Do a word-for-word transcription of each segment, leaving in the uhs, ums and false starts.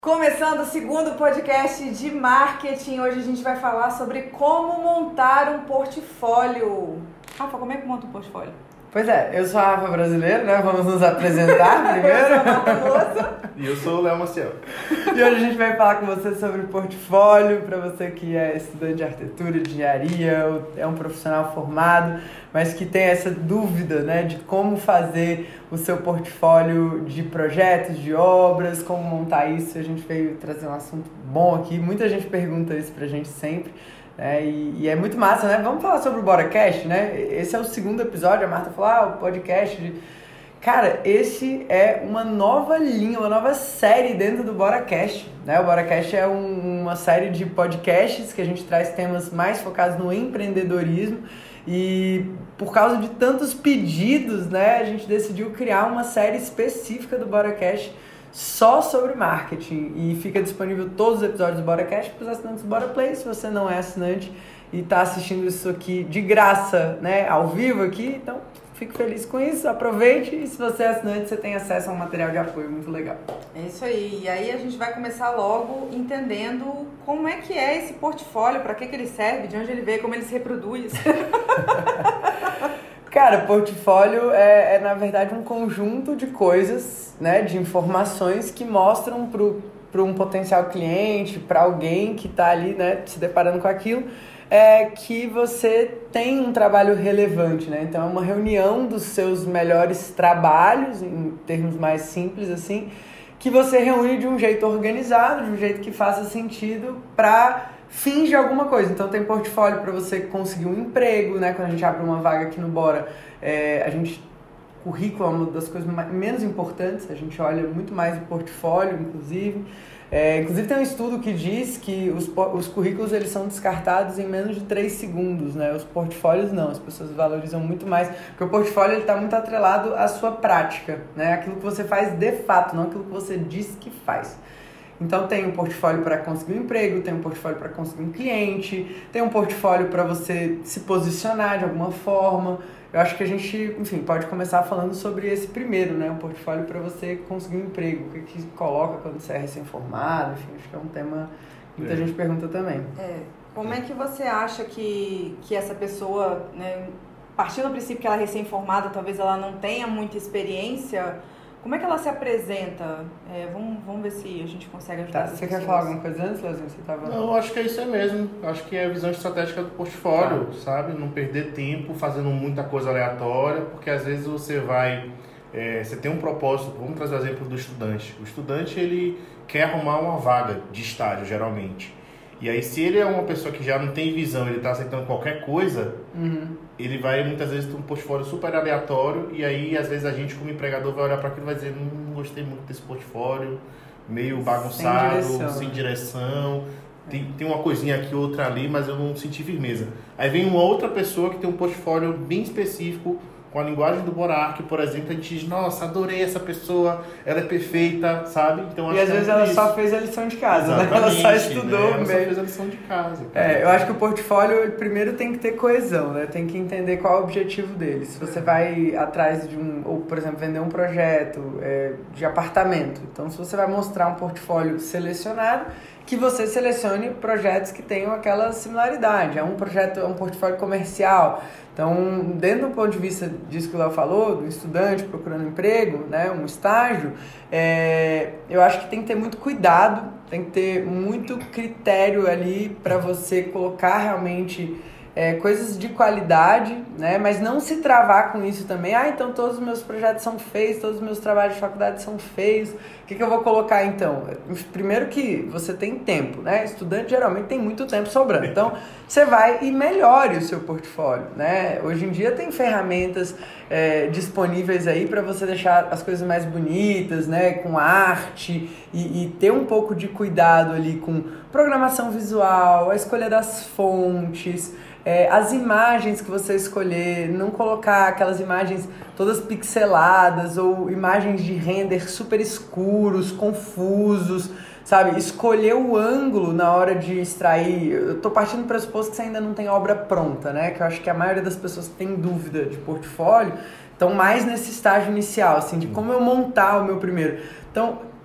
Começando o segundo podcast de marketing, hoje a gente vai falar sobre como montar um portfólio. Rafa, como é que monta um portfólio? Pois é, eu sou a Rafa Brasileiro, né? Vamos nos apresentar primeiro. Eu sou a Marta Moça. E eu sou o Léo Maciel. E hoje a gente vai falar com você sobre portfólio, para você que é estudante de arquitetura, de engenharia, é um profissional formado, mas que tem essa dúvida, né, de como fazer o seu portfólio de projetos, de obras, como montar isso. A gente veio trazer um assunto bom aqui, muita gente pergunta isso pra gente sempre. É, e, e é muito massa, né? Vamos falar sobre o BoraCast, né? Esse é o segundo episódio, a Marta falou, ah, o podcast de... Cara, esse é uma nova linha, uma nova série dentro do BoraCast, né? O BoraCast é um, uma série de podcasts que a gente traz temas mais focados no empreendedorismo e por causa de tantos pedidos, né? A gente decidiu criar uma série específica do BoraCast só sobre marketing e fica disponível todos os episódios do BoraCast para os assinantes do BoraPlay. Se você não é assinante e está assistindo isso aqui de graça, né, ao vivo aqui, então fico feliz com isso, aproveite, e se você é assinante você tem acesso a um material de apoio muito legal. É isso aí, e aí a gente vai começar logo entendendo como é que é esse portfólio, para que, que ele serve, de onde ele veio, como ele se reproduz. Cara, portfólio é, é, na verdade, um conjunto de coisas, né, de informações que mostram para um potencial cliente, para alguém que está ali, né, se deparando com aquilo, é, que você tem um trabalho relevante, né? Então, é uma reunião dos seus melhores trabalhos, em termos mais simples, assim, que você reúne de um jeito organizado, de um jeito que faça sentido para fins de alguma coisa. Então tem portfólio para você conseguir um emprego, né? Quando a gente abre uma vaga aqui no Bora, é, a gente, currículo é uma das coisas mais, menos importantes, a gente olha muito mais o portfólio, inclusive. É, inclusive tem um estudo que diz que os, os currículos eles são descartados em menos de três segundos, né? Os portfólios não, as pessoas valorizam muito mais, porque o portfólio está muito atrelado à sua prática, né? Aquilo que você faz de fato, não aquilo que você diz que faz. Então tem um portfólio para conseguir um emprego, tem um portfólio para conseguir um cliente, tem um portfólio para você se posicionar de alguma forma. Eu acho que a gente, enfim, pode começar falando sobre esse primeiro, né? Um portfólio para você conseguir um emprego. O que que coloca quando você é recém-formado? Enfim, acho que é um tema que muita é. gente pergunta também. É. Como é que você acha que, que essa pessoa, né, partindo do princípio que ela é recém-formada, talvez ela não tenha muita experiência, como é que ela se apresenta? É, vamos, vamos ver se a gente consegue ajudar. Tá, você quer falar alguma coisa antes, Leozinho? Você tava... Não, acho que é isso aí mesmo. Acho que é a visão estratégica do portfólio, tá. sabe? Não perder tempo fazendo muita coisa aleatória, porque às vezes você vai... É, você tem um propósito. Vamos trazer o exemplo do estudante. O estudante, ele quer arrumar uma vaga de estágio, geralmente. E aí, se ele é uma pessoa que já não tem visão, ele está aceitando qualquer coisa, uhum. ele vai muitas vezes ter um portfólio super aleatório, e aí, às vezes, a gente, como empregador, vai olhar para aquilo e vai dizer, não, não gostei muito desse portfólio, meio bagunçado, sem direção. Sem direção. Tem, tem uma coisinha aqui, outra ali, mas eu não senti firmeza. Aí vem uma outra pessoa que tem um portfólio bem específico, com a linguagem do Borark, por exemplo, a gente diz, nossa, adorei essa pessoa, ela é perfeita, sabe? Então, acho e às que vezes é ela isso. só fez a lição de casa, né? Ela só estudou né? Ela mesmo. só fez a lição de casa. Cara. É, eu acho que o portfólio, primeiro, tem que ter coesão, né? Tem que entender qual é o objetivo dele. Se você vai atrás de um, ou, por exemplo, vender um projeto é, de apartamento. Então, se você vai mostrar um portfólio selecionado, que você selecione projetos que tenham aquela similaridade. É um projeto, é um portfólio comercial. Então, dentro do ponto de vista disso que o Léo falou, do estudante procurando emprego, né, um estágio, é, eu acho que tem que ter muito cuidado, tem que ter muito critério ali para você colocar realmente é, coisas de qualidade, né, mas não se travar com isso também. Ah, então todos os meus projetos são feios, todos os meus trabalhos de faculdade são feios. O que, que eu vou colocar então? Primeiro que você tem tempo, né? Estudante geralmente tem muito tempo sobrando. Então, você vai e melhore o seu portfólio, né? Hoje em dia tem ferramentas é, disponíveis aí para você deixar as coisas mais bonitas, né? Com arte e, e ter um pouco de cuidado ali com programação visual, a escolha das fontes, É, as imagens que você escolher, não colocar aquelas imagens todas pixeladas ou imagens de render super escuros, confusos, sabe? Escolher o ângulo na hora de extrair. Eu tô partindo do pressuposto que você ainda não tem obra pronta, né? Que eu acho que a maioria das pessoas que tem dúvida de portfólio estão mais nesse estágio inicial, assim, de como eu montar o meu primeiro. Então,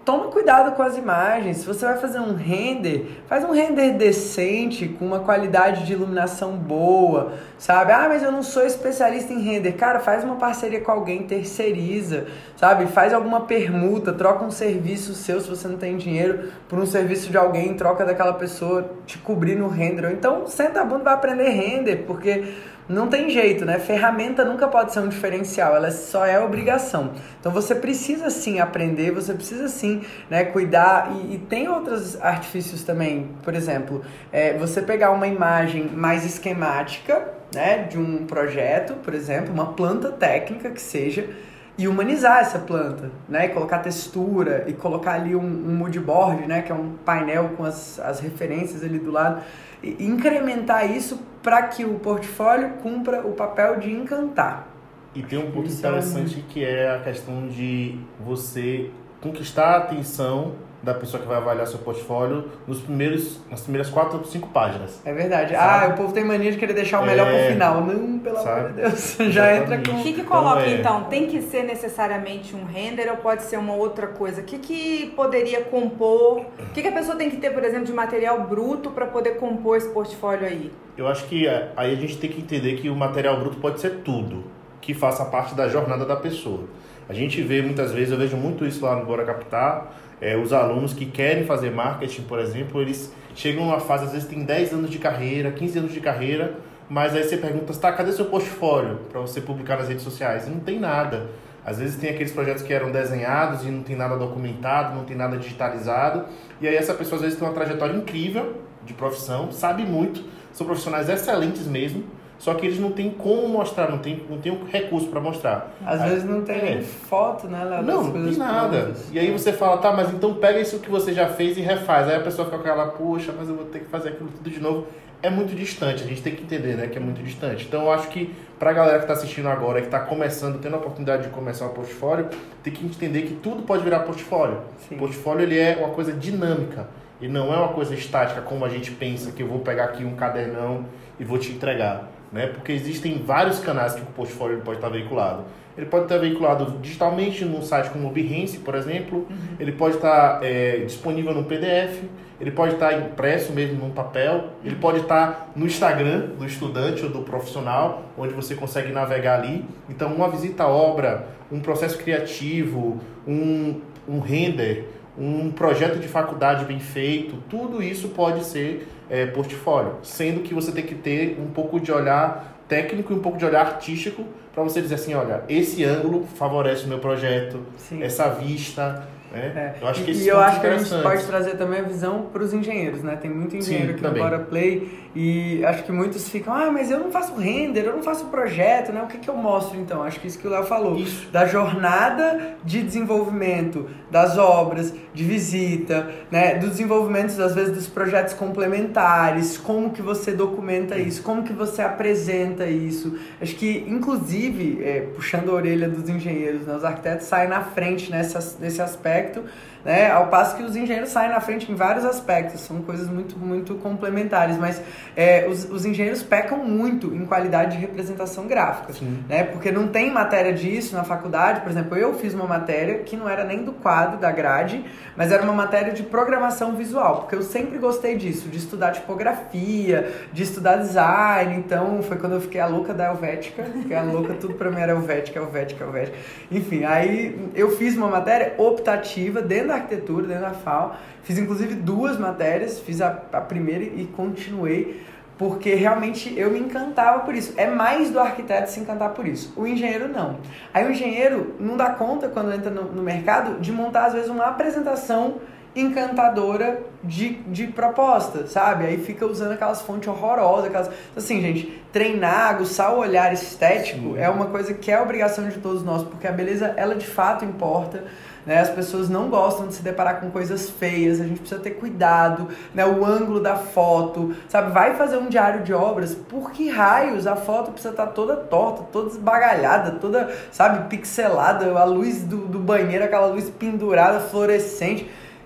toma cuidado com as imagens. Se você vai fazer um render, faz um render decente, com uma qualidade de iluminação boa, sabe? Ah, mas eu não sou especialista em render. Cara, faz uma parceria com alguém, terceiriza, sabe? Faz alguma permuta, troca um serviço seu, se você não tem dinheiro, por um serviço de alguém, troca daquela pessoa te cobrir no render. Ou então, senta a bunda e vai aprender render, porque não tem jeito, né? Ferramenta nunca pode ser um diferencial, ela só é obrigação. Então você precisa sim aprender, você precisa sim, né, cuidar. E, e tem outros artifícios também, por exemplo, é, você pegar uma imagem mais esquemática, né, de um projeto, por exemplo, uma planta técnica que seja, e humanizar essa planta, né? E colocar textura e colocar ali um, um moodboard, né? Que é um painel com as, as referências ali do lado. E incrementar isso para que o portfólio cumpra o papel de encantar. E tem um ponto isso interessante é... que é a questão de você conquistar a atenção da pessoa que vai avaliar seu portfólio nos primeiros, nas primeiras quatro ou cinco páginas. É verdade. Sabe? Ah, o povo tem mania de querer deixar o melhor é... pro final. Não, pelo Sabe? amor de Deus. Já entra com... O que que coloca, então, é... então? Tem que ser necessariamente um render ou pode ser uma outra coisa? O que que poderia compor? O que que a pessoa tem que ter, por exemplo, de material bruto para poder compor esse portfólio aí? Eu acho que aí a gente tem que entender que o material bruto pode ser tudo que faça parte da jornada da pessoa. A gente vê muitas vezes, eu vejo muito isso lá no Bora Captar, É, os alunos que querem fazer marketing, por exemplo, eles chegam numa fase, às vezes tem dez anos de carreira, quinze anos de carreira, mas aí você pergunta, tá, cadê seu portfólio para você publicar nas redes sociais? E não tem nada. Às vezes tem aqueles projetos que eram desenhados e não tem nada documentado, não tem nada digitalizado, e aí essa pessoa às vezes tem uma trajetória incrível de profissão, sabe muito, são profissionais excelentes mesmo, só que eles não têm como mostrar, não tem, não tem um recurso para mostrar. Às aí, vezes não tem é. foto, né, Léo? Não, não tem nada. Prontas. E aí você fala, tá, mas então pega isso que você já fez e refaz. Aí a pessoa fica com aquela, poxa, mas eu vou ter que fazer aquilo tudo de novo. É muito distante, a gente tem que entender, né, que é muito distante. Então eu acho que pra galera que tá assistindo agora, que tá começando, tendo a oportunidade de começar um portfólio, tem que entender que tudo pode virar portfólio. Sim. Portfólio, ele é uma coisa dinâmica. E não é uma coisa estática, como a gente pensa, que eu vou pegar aqui um cadernão e vou te entregar. Né? Porque existem vários canais que o portfólio pode estar veiculado. Ele pode estar veiculado digitalmente num site como o Behance, por exemplo. Uhum. Ele pode estar é, disponível no P D F. Ele pode estar impresso mesmo num papel. Ele pode estar no Instagram do estudante ou do profissional, onde você consegue navegar ali. Então, uma visita à obra, um processo criativo, um, um render, um projeto de faculdade bem feito, tudo isso pode ser é, portfólio, sendo que você tem que ter um pouco de olhar técnico e um pouco de olhar artístico para você dizer assim, olha, esse ângulo favorece o meu projeto, Sim. essa vista, né? É. Eu acho que e eu acho que a gente pode trazer também a visão para os engenheiros, né? Tem muito engenheiro Sim, aqui também. no Bora Play e acho que muitos ficam, ah, mas eu não faço render, eu não faço projeto, né? O que que eu mostro então? Acho que isso que o Léo falou, isso. da jornada de desenvolvimento, das obras, de visita, né? Dos desenvolvimentos, às vezes, dos projetos complementares, como que você documenta isso, como que você apresenta isso. Acho que, inclusive, é, puxando a orelha dos engenheiros, né? Os arquitetos saem na frente nessa, nesse aspecto, né? Ao passo que os engenheiros saem na frente em vários aspectos, são coisas muito, muito complementares, mas é, os, os engenheiros pecam muito em qualidade de representação gráfica, né? Porque não tem matéria disso na faculdade. Por exemplo, eu fiz uma matéria que não era nem do quadro, da grade, mas era uma matéria de programação visual, porque eu sempre gostei disso, de estudar tipografia, de estudar design. Então foi quando eu fiquei a louca da Helvética, porque a louca tudo pra mim era Helvética, Helvética, Helvética. Enfim, aí eu fiz uma matéria optativa dentro da arquitetura, dentro da F A U. Fiz inclusive duas matérias, fiz a, a primeira e continuei, porque realmente eu me encantava por isso. É mais do arquiteto se encantar por isso. O engenheiro não. Aí o engenheiro não dá conta, quando entra no, no mercado, de montar às vezes uma apresentação encantadora de, de proposta, sabe? Aí fica usando aquelas fontes horrorosas, aquelas... Assim, gente, treinar, aguçar o olhar estético Sim. é uma coisa que é obrigação de todos nós, porque a beleza, ela de fato importa, né? As pessoas não gostam de se deparar com coisas feias, a gente precisa ter cuidado, né? O ângulo da foto, sabe? Vai fazer um diário de obras, por que raios a foto precisa estar toda torta, toda esbagalhada, toda, sabe, pixelada, a luz do, do banheiro, aquela luz pendurada, fluorescente.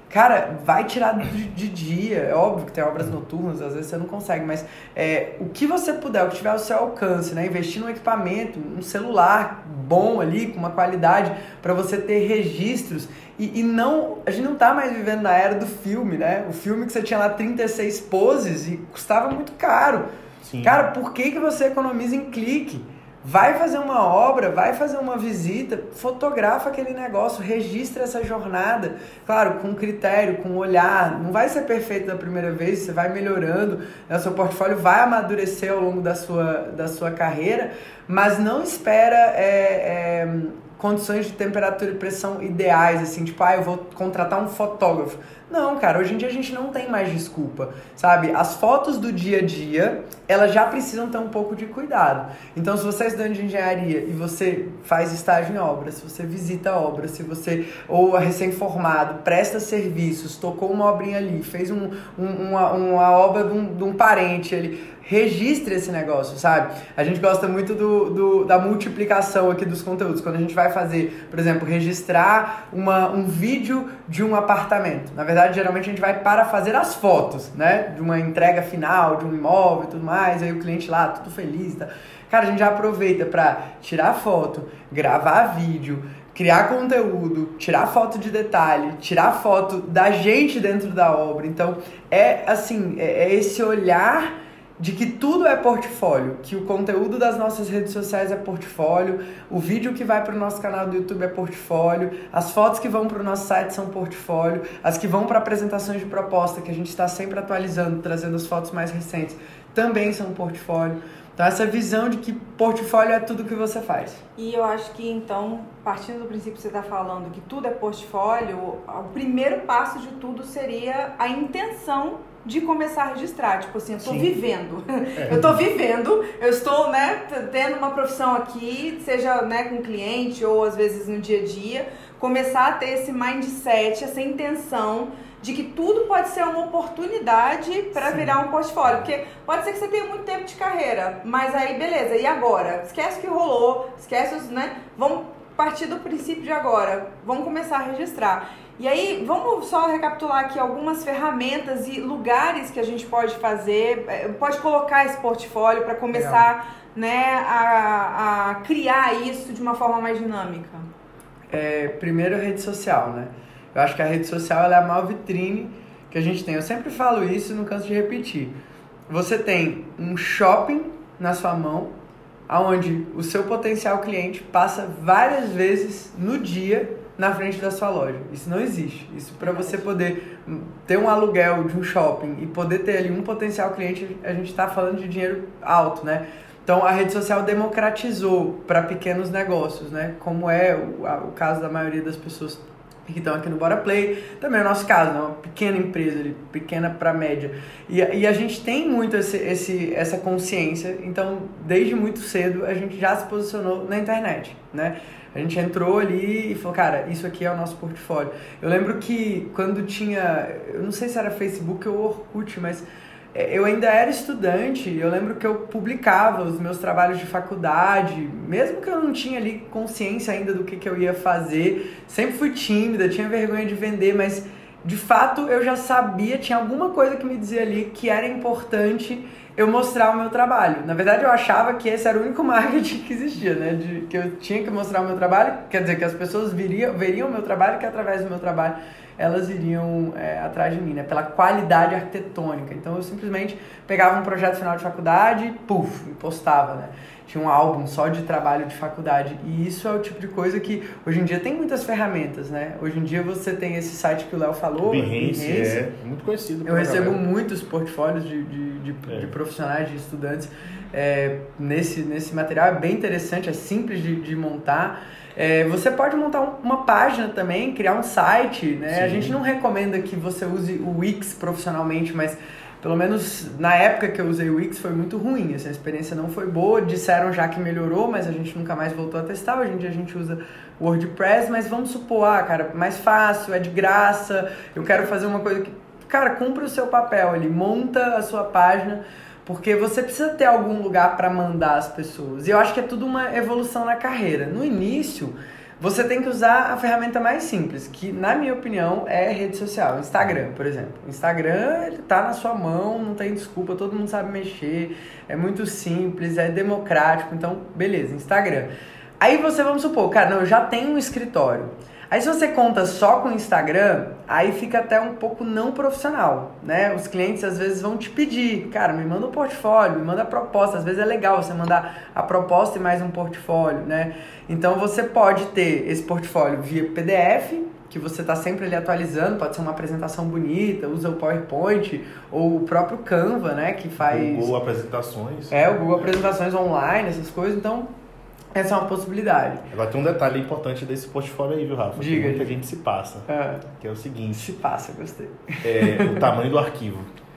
cara, vai tirar de, de dia. É óbvio que tem obras noturnas, às vezes você não consegue, mas é, o que você puder, o que tiver ao seu alcance, né? Investir num equipamento, um celular bom ali, com uma qualidade, para você ter registros. E, e não, a gente não tá mais vivendo na era do filme, né? O filme que você tinha lá trinta e seis poses e custava muito caro. Sim. Cara, por que, que você economiza em clique? Vai fazer uma obra, vai fazer uma visita, fotografa aquele negócio, registra essa jornada, claro, com critério, com olhar, não vai ser perfeito da primeira vez, você vai melhorando, né? O seu portfólio vai amadurecer ao longo da sua, da sua carreira, mas não espera é, é, condições de temperatura e pressão ideais, assim, tipo, ah, eu vou contratar um fotógrafo. Não, cara, hoje em dia a gente não tem mais desculpa, sabe? As fotos do dia a dia, elas já precisam ter um pouco de cuidado. Então, se você é estudante de engenharia e você faz estágio em obra, se você visita a obra, se você, ou é recém-formado, presta serviços, tocou uma obrinha ali, fez um, um, uma, uma obra de um, de um parente ali, registre esse negócio, sabe? A gente gosta muito do, do, da multiplicação aqui dos conteúdos. Quando a gente vai fazer, por exemplo, registrar uma, um vídeo de um apartamento. Na verdade, geralmente a gente vai para fazer as fotos, né? De uma entrega final, de um imóvel e tudo mais. Aí o cliente lá, tudo feliz, tá? Cara, a gente já aproveita para tirar foto, gravar vídeo, criar conteúdo, tirar foto de detalhe, tirar foto da gente dentro da obra. Então, é assim, é, é esse olhar de que tudo é portfólio, que o conteúdo das nossas redes sociais é portfólio, o vídeo que vai para o nosso canal do YouTube é portfólio, as fotos que vão para o nosso site são portfólio, as que vão para apresentações de proposta, que a gente está sempre atualizando, trazendo as fotos mais recentes, também são portfólio. Então, essa visão de que portfólio é tudo que você faz. E eu acho que, então, partindo do princípio que você está falando que tudo é portfólio, o primeiro passo de tudo seria a intenção de começar a registrar, tipo assim, eu estou vivendo, é. eu estou vivendo, eu estou, né, tendo uma profissão aqui, seja, né, com cliente ou às vezes no dia a dia, começar a ter esse mindset, essa intenção de que tudo pode ser uma oportunidade para virar um portfólio, porque pode ser que você tenha muito tempo de carreira, mas aí beleza, e agora? Esquece o que rolou, esquece os, né, vamos partir do princípio de agora, vamos começar a registrar. E aí, vamos só recapitular aqui algumas ferramentas e lugares que a gente pode fazer, pode colocar esse portfólio para começar, né, a, a criar isso de uma forma mais dinâmica. É, primeiro, a rede social, né? Eu acho que a rede social ela é a maior vitrine que a gente tem. Eu sempre falo isso e não canso de repetir. Você tem um shopping na sua mão, onde o seu potencial cliente passa várias vezes no dia na frente da sua loja. Isso não existe. Isso para você poder ter um aluguel de um shopping e poder ter ali um potencial cliente, a gente está falando de dinheiro alto, né? Então a rede social democratizou para pequenos negócios, né? Como é o, a, o caso da maioria das pessoas que estão aqui no Bora Play, também é o nosso caso, né? Uma pequena empresa, ali, pequena para média. E, e a gente tem muito esse, esse, essa consciência, então desde muito cedo a gente já se posicionou na internet, né? A gente entrou ali e falou, cara, isso aqui é o nosso portfólio. Eu lembro que quando tinha, eu não sei se era Facebook ou Orkut, mas eu ainda era estudante, eu lembro que eu publicava os meus trabalhos de faculdade, mesmo que eu não tinha ali consciência ainda do que, que eu ia fazer, sempre fui tímida, tinha vergonha de vender, mas de fato eu já sabia, tinha alguma coisa que me dizia ali que era importante eu mostrar o meu trabalho. Na verdade, eu achava que esse era o único marketing que existia, né? De, que eu tinha que mostrar o meu trabalho, quer dizer, que as pessoas viriam, veriam o meu trabalho, que através do meu trabalho elas iriam é, atrás de mim, né? Pela qualidade arquitetônica. Então, eu simplesmente pegava um projeto final de faculdade, puf, e postava, né? Tinha um álbum só de trabalho de faculdade. E isso é o tipo de coisa que, hoje em dia, tem muitas ferramentas, né? Hoje em dia, você tem esse site que o Léo falou, Behance, Behance. É muito conhecido. Eu recebo galera. muitos portfólios de, de, de, é. de profissionais, de estudantes, é, nesse, nesse material. É bem interessante, é simples de, de montar. É, você pode montar um, uma página também, criar um site, né? Sim. A gente não recomenda que você use o Wix profissionalmente, mas pelo menos na época que eu usei o Wix foi muito ruim, essa experiência não foi boa, disseram já que melhorou, mas a gente nunca mais voltou a testar. Hoje em dia a gente usa o WordPress, mas vamos supor, ah, cara, mais fácil, é de graça, eu quero fazer uma coisa que... Cara, cumpre o seu papel ali, monta a sua página, porque você precisa ter algum lugar para mandar as pessoas. E eu acho que é tudo uma evolução na carreira. No início, você tem que usar a ferramenta mais simples, que na minha opinião é rede social, Instagram, por exemplo. O Instagram, ele tá na sua mão, não tem desculpa, todo mundo sabe mexer, é muito simples, é democrático, então beleza, Instagram. Aí você, vamos supor, cara, não, eu já tenho um escritório. Aí se você conta só com o Instagram, aí fica até um pouco não profissional, né? Os clientes às vezes vão te pedir, cara, me manda um portfólio, me manda a proposta. Às vezes é legal você mandar a proposta e mais um portfólio, né? Então você pode ter esse portfólio via P D F, que você está sempre ali atualizando, pode ser uma apresentação bonita, usa o PowerPoint ou o próprio Canva, né? Que faz... O Google Apresentações. É, o Google Apresentações online, essas coisas, então... Essa é uma possibilidade. Agora tem um detalhe importante desse portfólio aí, viu, Rafa? Diga. Que muita gente se passa. É. Que é o seguinte. Se passa, gostei. É o tamanho do arquivo.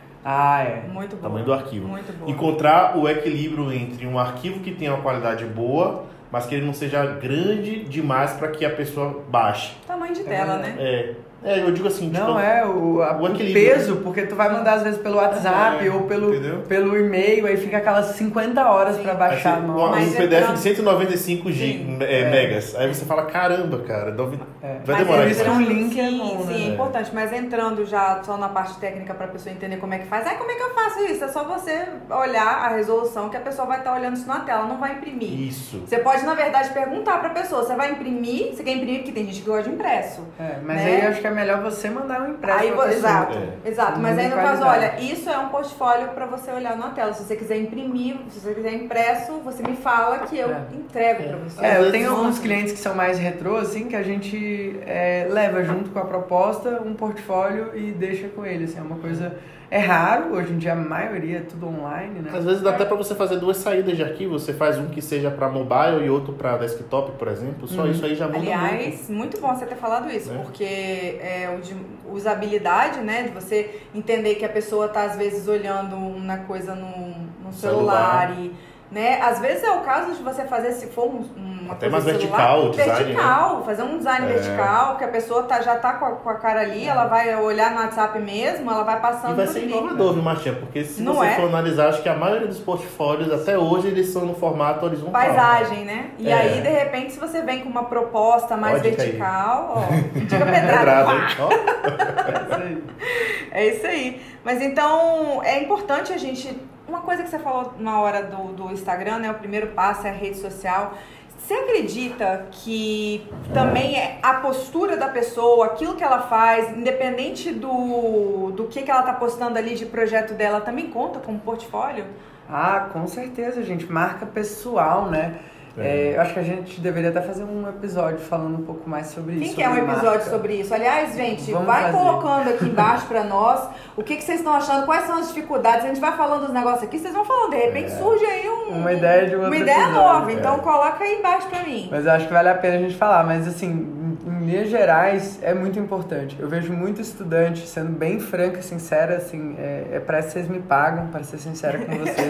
Ah, é. Muito bom. Tamanho do arquivo. Muito bom. Encontrar o equilíbrio entre um arquivo que tenha uma qualidade boa, mas que ele não seja grande demais para que a pessoa baixe. Tamanho de tela, É. né? É. É, eu digo assim, Não, tipo, é o, a, o o equilíbrio, peso, porque tu vai mandar às vezes pelo WhatsApp É, ou pelo, entendeu? pelo e-mail, aí fica aquelas cinquenta horas pra baixar. Assim, Nossa. um Mas P D F entrando- de cento e noventa e cinco Sim. gigas, é, megas. Aí você fala, caramba, cara, dove- É. vai Mas demorar por isso. isso que um entrando- link é sim, bom, né? sim, é É. importante. Mas entrando já só na parte técnica para a pessoa entender como é que faz. Aí como é que eu faço isso? É só você olhar a resolução que a pessoa vai estar olhando isso na tela, não vai imprimir. Isso. Você pode, na verdade, perguntar para a pessoa, você vai imprimir? Você quer imprimir? Porque tem gente que gosta de impresso. É, mas né? aí eu acho que é melhor você mandar um impresso Aí, pra vo- pessoa. exato, É. exato. Mas Muda aí no a caso, qualidade. olha, isso é um portfólio para você olhar na tela. Se você quiser imprimir, se você quiser impresso, você me fala que eu É. entrego para você. É, eu tenho Nossa. alguns clientes que são mais retrô, assim, que a gente é, leva junto com a proposta um portfólio e deixa com ele, assim, é uma coisa... É raro, hoje em dia a maioria é tudo online, né? Às vezes dá até pra você fazer duas saídas de arquivo. Você faz um que seja pra mobile e outro pra desktop, por exemplo. Só Uhum. isso aí já muda muito. Aliás, muito bom você ter falado isso, Né? porque é, o de usabilidade, né? De você entender que a pessoa tá, às vezes, olhando uma coisa no, no celular, Celular. e, né? Às vezes é o caso de você fazer, se for um, uma Até coisa mais celular, vertical o design, vertical, fazer um design É. vertical, que a pessoa tá, já tá com a, com a cara ali, ela vai olhar no WhatsApp mesmo, ela vai passando E vai por ser ali. inovador, viu, Martinha? Porque se Não você é? for analisar, acho que a maioria dos portfólios, até hoje, eles são no formato horizontal. Paisagem, né? E É. aí, de repente, se você vem com uma proposta mais Ó, dica aí. vertical, ó, dica pedrada, Pedrada, pá! hein? Ó. É isso aí. É isso aí. Mas então, é importante a gente... Uma coisa que você falou na hora do, do Instagram, né? O primeiro passo é a rede social. Você acredita que também é a postura da pessoa, aquilo que ela faz, independente do, do que, que ela tá postando ali de projeto dela, também conta como portfólio? Ah, com certeza, gente. Marca pessoal, né? É, eu acho que a gente deveria até fazer um episódio falando um pouco mais sobre Quem isso. quer um sobre episódio marca. sobre isso? Aliás, gente, Vamos vai fazer. colocando aqui embaixo pra nós o que, que vocês estão achando, quais são as dificuldades. A gente vai falando dos negócios aqui, vocês vão falando. De repente É. surge aí um, Uma ideia de um uma outro ideia episódio. nova. É. Então coloca aí embaixo pra mim. Mas eu acho que vale a pena a gente falar. Mas assim, em, em linhas gerais, é muito importante. Eu vejo muito estudante, sendo bem franca e sincera, assim, é, é parece que vocês me pagam, para ser sincera com vocês.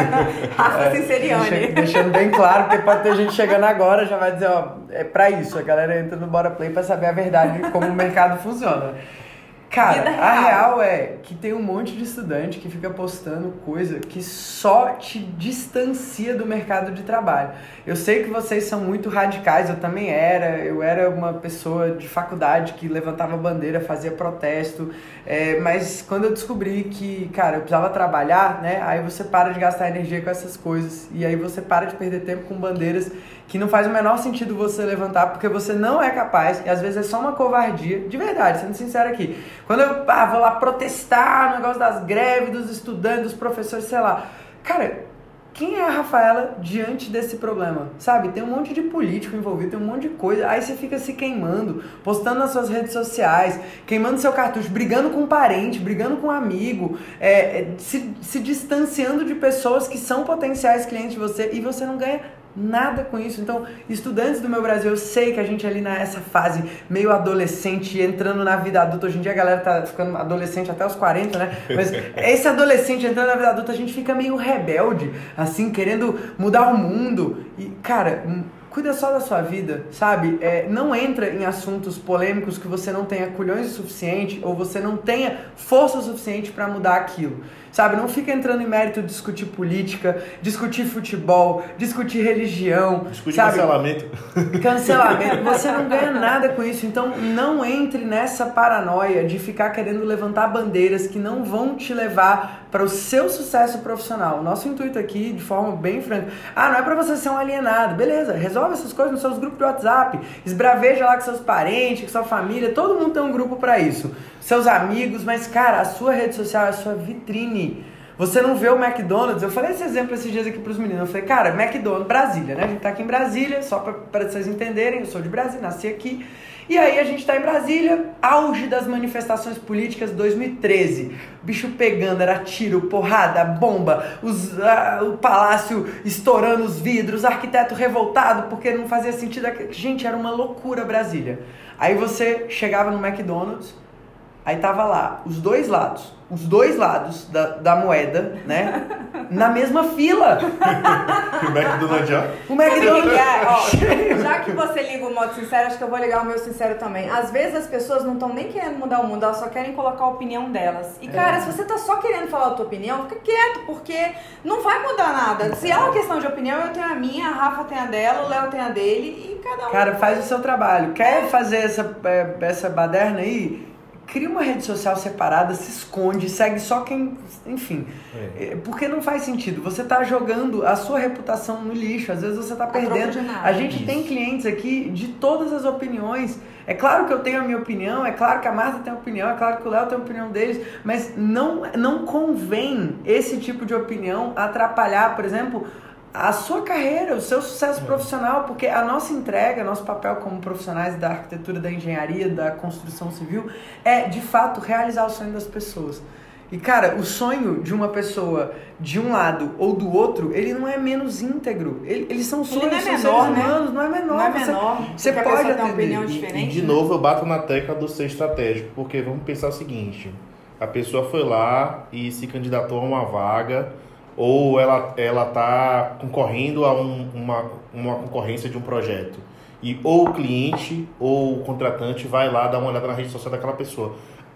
Rafa Deixa- Sinceriani. deixando bem claro, porque pode ter gente chegando agora já vai dizer, ó, é pra isso. A galera entra no Bora Play pra saber a verdade de como o mercado funciona. Cara, Vida a real. real é que tem um monte de estudante que fica postando coisa que só te distancia do mercado de trabalho. Eu sei que vocês são muito radicais, eu também era. Eu era uma pessoa de faculdade que levantava bandeira, fazia protesto. É, mas quando eu descobri que, cara, eu precisava trabalhar, né? Aí você para de gastar energia com essas coisas. E aí você para de perder tempo com bandeiras que não faz o menor sentido você levantar, porque você não é capaz, e às vezes é só uma covardia, de verdade, sendo sincero aqui. Quando eu ah, vou lá protestar no negócio das greves, dos estudantes, dos professores, sei lá. Cara, quem é a Rafaela diante desse problema? Sabe, tem um monte de político envolvido, tem um monte de coisa. Aí você fica se queimando, postando nas suas redes sociais, queimando seu cartucho, brigando com um parente, brigando com um amigo, é, é, se, se distanciando de pessoas que são potenciais clientes de você e você não ganha nada com isso. Então, estudantes do meu Brasil, eu sei que a gente ali nessa fase meio adolescente, entrando na vida adulta, hoje em dia a galera tá ficando adolescente até os quarenta, né? Mas esse adolescente entrando na vida adulta, a gente fica meio rebelde, assim, querendo mudar o mundo. E, cara, cuida só da sua vida, sabe? É, não entra em assuntos polêmicos que você não tenha culhões o suficiente ou você não tenha força o suficiente para mudar aquilo, sabe? Não fica entrando em mérito de discutir política, discutir futebol, discutir religião, discutir sabe? cancelamento. Cancelamento. Você não ganha nada com isso, então não entre nessa paranoia de ficar querendo levantar bandeiras que não vão te levar para o seu sucesso profissional. O nosso intuito aqui, de forma bem franca, ah, não é para você ser um alienado, beleza, resolve essas coisas nos seus grupos de WhatsApp, esbraveja lá com seus parentes, com sua família, todo mundo tem um grupo para isso, seus amigos, mas cara, a sua rede social é a sua vitrine. Você não vê o McDonald's, eu falei esse exemplo esses dias aqui pros meninos, eu falei, cara, McDonald's, Brasília, né, a gente tá aqui em Brasília, só pra, pra vocês entenderem, eu sou de Brasília, nasci aqui, e aí a gente tá em Brasília, auge das manifestações políticas dois mil e treze, bicho pegando, era tiro, porrada, bomba, os, uh, o palácio estourando os vidros, arquiteto revoltado porque não fazia sentido, gente, era uma loucura Brasília. Aí você chegava no McDonald's, aí tava lá, os dois lados, os dois lados da, da moeda, né? Na mesma fila. O McDonald's já? O McDonald's. Ligar, ó, já que você liga o modo sincero, acho que eu vou ligar o meu sincero também. Às vezes as pessoas não estão nem querendo mudar o mundo, elas só querem colocar a opinião delas. E cara, é. se você tá só querendo falar a tua opinião, fica quieto, porque não vai mudar nada. Se é uma questão de opinião, eu tenho a minha, a Rafa tem a dela, o Léo tem a dele e cada um... Cara, faz o seu trabalho. Quer fazer essa, essa baderna aí? Cria uma rede social separada, se esconde, segue só quem... Enfim, é. porque não faz sentido. Você tá jogando a sua reputação no lixo. Às vezes você tá perdendo. A gente Isso. tem clientes aqui de todas as opiniões. É claro que eu tenho a minha opinião, é claro que a Marta tem a opinião, é claro que o Léo tem a opinião deles, mas não, não convém esse tipo de opinião atrapalhar, por exemplo... a sua carreira, o seu sucesso é. profissional, porque a nossa entrega, nosso papel como profissionais da arquitetura, da engenharia, da construção civil, é, de fato, realizar o sonho das pessoas. E, cara, o sonho de uma pessoa de um lado ou do outro, ele não é menos íntegro. Ele, eles são sonhos, ele não é são menor, seres humanos, né? não é menor. Não é você, menor. Você pode ter uma opinião diferente. E, e de novo, eu bato na tecla do ser estratégico, porque vamos pensar o seguinte, a pessoa foi lá e se candidatou a uma vaga, ou ela ela está concorrendo a um, uma, uma concorrência de um projeto. E ou o cliente ou o contratante vai lá dar uma olhada na rede social daquela pessoa.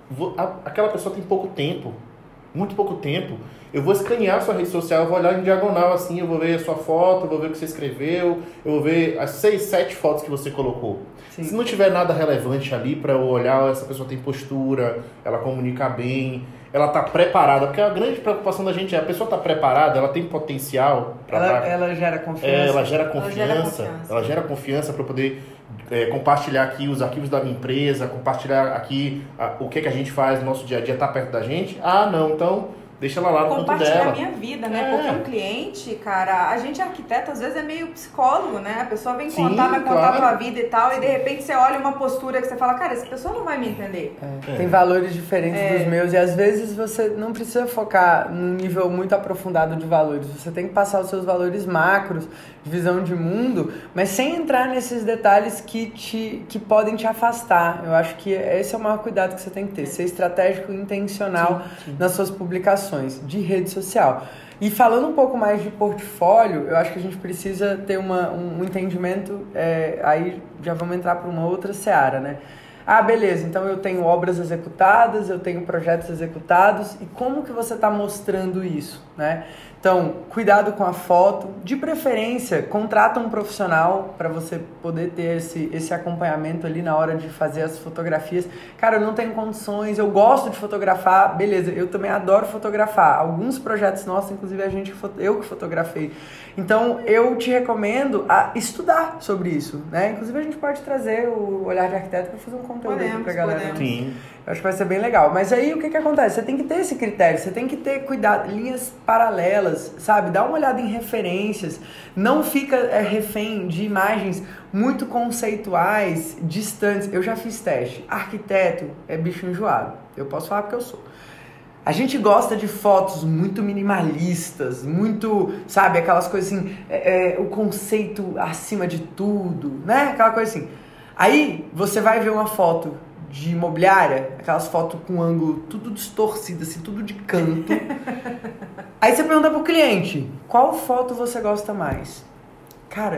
Aquela pessoa tem pouco tempo, muito pouco tempo. Eu vou escanear a sua rede social, eu vou olhar em diagonal assim, eu vou ver a sua foto, eu vou ver o que você escreveu, eu vou ver as seis, sete fotos que você colocou. Sim. Se não tiver nada relevante ali para eu olhar, essa pessoa tem postura, ela comunica bem, ela está preparada, porque a grande preocupação da gente é a pessoa está preparada, ela tem potencial para ela, dar, ela gera confiança, é, ela gera confiança, ela gera confiança, ela gera confiança para poder é, compartilhar aqui os arquivos da minha empresa, compartilhar aqui a, o que que a gente faz no nosso dia a dia, tá perto da gente. Ah, não, então deixa ela lá no ponto dela. Compartilhar a minha vida, né? É. Porque um cliente, cara, a gente arquiteto às vezes é meio psicólogo, né? A pessoa vem Sim, contar, vai contar claro. a tua vida e tal, e de repente você olha uma postura que você fala, cara, essa pessoa não vai me entender. É. É. Tem valores diferentes é. dos meus, e às vezes você não precisa focar num nível muito aprofundado de valores. Você tem que passar os seus valores macros, de visão de mundo, mas sem entrar nesses detalhes que, te, que podem te afastar. Eu acho que esse é o maior cuidado que você tem que ter. Ser estratégico e intencional sim, sim. nas suas publicações de rede social. E falando um pouco mais de portfólio, eu acho que a gente precisa ter uma, um, um entendimento, é, aí já vamos entrar para uma outra seara, né? Ah, beleza, então eu tenho obras executadas, eu tenho projetos executados, e como que você está mostrando isso, né? Então, cuidado com a foto, de preferência, contrata um profissional para você poder ter esse, esse acompanhamento ali na hora de fazer as fotografias. Cara, eu não tenho condições, eu gosto de fotografar, beleza, eu também adoro fotografar. Alguns projetos nossos, inclusive a gente, eu que fotografei. Então, eu te recomendo a estudar sobre isso, né? Inclusive, a gente pode trazer o Olhar de Arquiteto para fazer um conteúdo podemos, aqui pra galera. Podemos. Sim. Eu acho que vai ser bem legal. Mas aí, o que que acontece? Você tem que ter esse critério, você tem que ter cuidado, linhas paralelas, sabe? Dá uma olhada em referências, não fica é, refém de imagens muito conceituais, distantes. Eu já fiz teste. Arquiteto é bicho enjoado. Eu posso falar porque eu sou. A gente gosta de fotos muito minimalistas, muito, sabe, aquelas coisas assim, é, é, o conceito acima de tudo, né? Aquela coisa assim. Aí você vai ver uma foto de imobiliária, aquelas fotos com ângulo tudo distorcido, assim, tudo de canto. Aí você pergunta pro cliente, qual foto você gosta mais? Cara,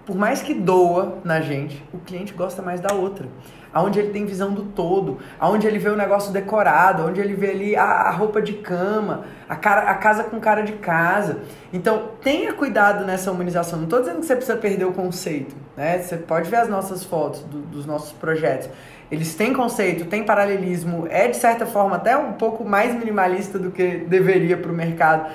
por mais que doa na gente, o cliente gosta mais da outra. Onde ele tem visão do todo, onde ele vê o negócio decorado, onde ele vê ali a, a roupa de cama, a, cara, a casa com cara de casa. Então, tenha cuidado nessa humanização. Não estou dizendo que você precisa perder o conceito, né? Você pode ver as nossas fotos do, dos nossos projetos. Eles têm conceito, têm paralelismo, é de certa forma até um pouco mais minimalista do que deveria para o mercado.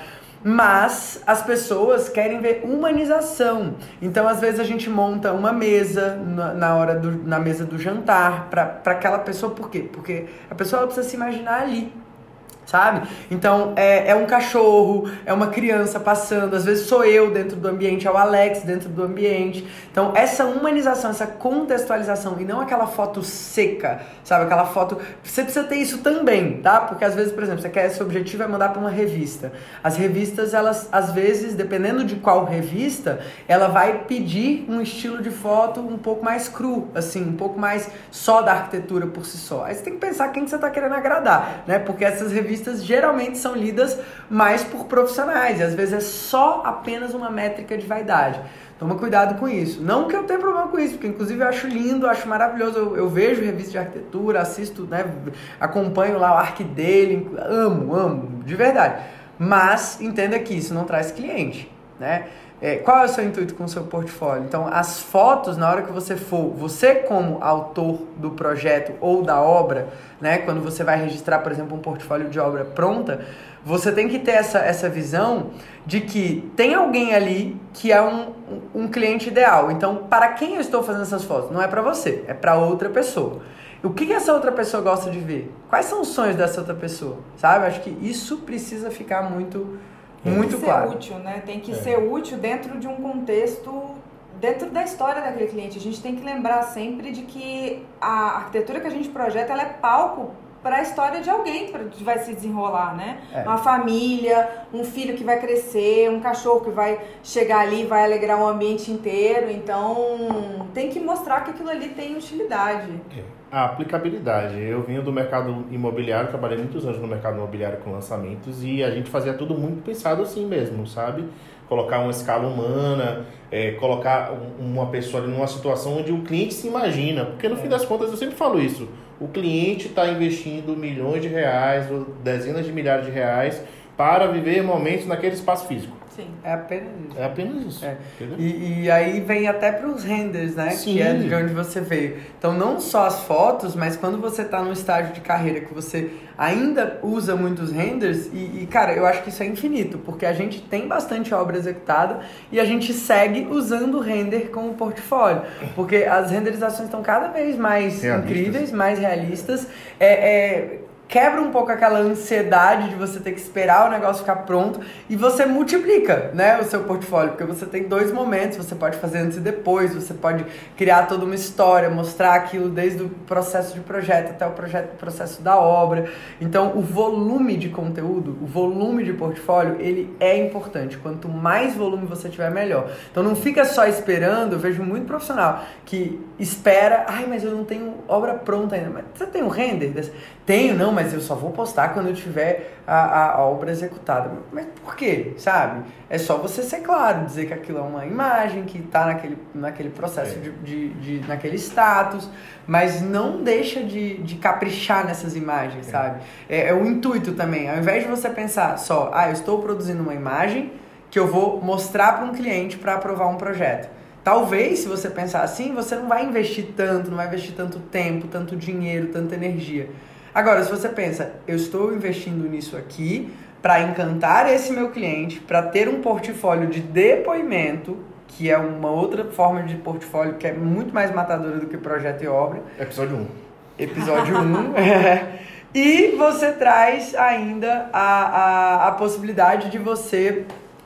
Mas as pessoas querem ver humanização. Então, às vezes, a gente monta uma mesa na, na hora do, na mesa do jantar para aquela pessoa. Por quê? Porque a pessoa ela precisa se imaginar ali, sabe? Então, é, é um cachorro, é uma criança passando, às vezes sou eu dentro do ambiente, é o Alex dentro do ambiente. Então, essa humanização, essa contextualização, e não aquela foto seca, sabe? Aquela foto... Você precisa ter isso também, tá? Porque, às vezes, por exemplo, você quer, seu objetivo é mandar para uma revista. As revistas, elas, às vezes, dependendo de qual revista, ela vai pedir um estilo de foto um pouco mais cru, assim, um pouco mais só da arquitetura por si só. Aí você tem que pensar quem que você está querendo agradar, né? Porque essas revistas geralmente são lidas mais por profissionais e às vezes é só apenas uma métrica de vaidade. Toma cuidado com isso. Não que eu tenha problema com isso, porque inclusive eu acho lindo, acho maravilhoso. Eu, eu vejo revista de arquitetura, assisto, né, acompanho lá o ArcDaily, amo, amo, de verdade. Mas entenda que isso não traz cliente, né? É, qual é o seu intuito com o seu portfólio? Então, as fotos, na hora que você for, você como autor do projeto ou da obra, né, quando você vai registrar, por exemplo, um portfólio de obra pronta, você tem que ter essa, essa visão de que tem alguém ali que é um, um, um cliente ideal. Então, para quem eu estou fazendo essas fotos? Não é para você, é para outra pessoa. O que, que essa outra pessoa gosta de ver? Quais são os sonhos dessa outra pessoa? Sabe? Acho que isso precisa ficar muito... Muito claro. Tem que ser útil, né? Tem que é. ser útil dentro de um contexto, dentro da história daquele cliente. A gente tem que lembrar sempre de que a arquitetura que a gente projeta, ela é palco para a história de alguém que vai se desenrolar, né? É. Uma família, um filho que vai crescer, um cachorro que vai chegar ali e vai alegrar o ambiente inteiro. Então, tem que mostrar que aquilo ali tem utilidade. É. A aplicabilidade. Eu vinha do mercado imobiliário, trabalhei muitos anos no mercado imobiliário com lançamentos e a gente fazia tudo muito pensado assim mesmo, sabe? Colocar uma escala humana, é, colocar uma pessoa ali numa situação onde o cliente se imagina. Porque no é. fim das contas, eu sempre falo isso, o cliente está investindo milhões de reais ou dezenas de milhares de reais para viver momentos naquele espaço físico. Sim. É apenas isso. É apenas isso. É. E, e aí vem até para os renders, né? Sim. Que é de onde você veio. Então, não só as fotos, mas quando você está num estágio de carreira que você ainda usa muitos renders, e, e, cara, eu acho que isso é infinito, porque a gente tem bastante obra executada e a gente segue usando o render como portfólio. Porque as renderizações estão cada vez mais realistas. Incríveis, mais realistas. É... é quebra um pouco aquela ansiedade de você ter que esperar o negócio ficar pronto e você multiplica, né, o seu portfólio, porque você tem dois momentos, você pode fazer antes e depois, você pode criar toda uma história, mostrar aquilo desde o processo de projeto até o projeto, processo da obra. Então, o volume de conteúdo, o volume de portfólio, ele é importante. Quanto mais volume você tiver, melhor. Então, não fica só esperando. Eu vejo muito profissional que espera, ai, mas eu não tenho obra pronta ainda. Mas você tem um render desse? Tenho, não, mas eu só vou postar quando eu tiver a, a, a obra executada. Mas por quê, sabe? É só você ser claro, dizer que aquilo é uma imagem, que está naquele, naquele processo, é. de, de, de, naquele status, mas não deixa de, de caprichar nessas imagens, é. sabe? É, é o intuito também. Ao invés de você pensar só, ah, eu estou produzindo uma imagem que eu vou mostrar para um cliente para aprovar um projeto. Talvez, se você pensar assim, você não vai investir tanto, não vai investir tanto tempo, tanto dinheiro, tanta energia. Agora, se você pensa, eu estou investindo nisso aqui para encantar esse meu cliente, para ter um portfólio de depoimento, que é uma outra forma de portfólio que é muito mais matadora do que projeto e obra. Episódio um. Episódio um. É. E você traz ainda a, a, a possibilidade de você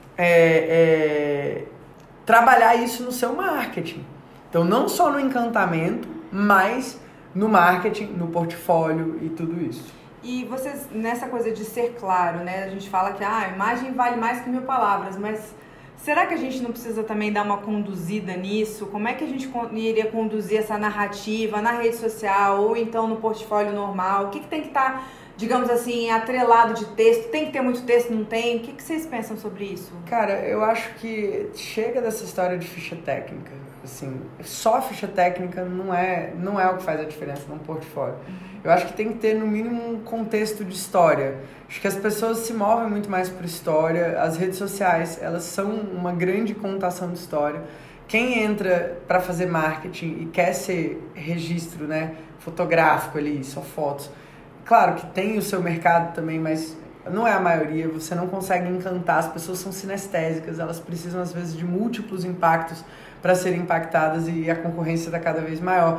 é, é, trabalhar isso no seu marketing. Então, não só no encantamento, mas no marketing, no portfólio e tudo isso. E vocês, nessa coisa de ser claro, né? A gente fala que ah, a imagem vale mais que mil palavras, mas será que a gente não precisa também dar uma conduzida nisso? Como é que a gente iria conduzir essa narrativa na rede social ou então no portfólio normal? O que, que tem que estar digamos assim, atrelado de texto? Tem que ter muito texto, não tem? O que, que vocês pensam sobre isso? Cara, eu acho que chega dessa história de ficha técnica. Assim, só ficha técnica não é, não é o que faz a diferença num portfólio. Eu acho que tem que ter, no mínimo, um contexto de história. Acho que as pessoas se movem muito mais por história. As redes sociais, elas são uma grande contação de história. Quem entra para fazer marketing e quer ser registro, né, fotográfico ali, só fotos, claro que tem o seu mercado também, mas não é a maioria. Você não consegue encantar. As pessoas são sinestésicas, elas precisam, às vezes, de múltiplos impactos para serem impactadas e a concorrência está cada vez maior.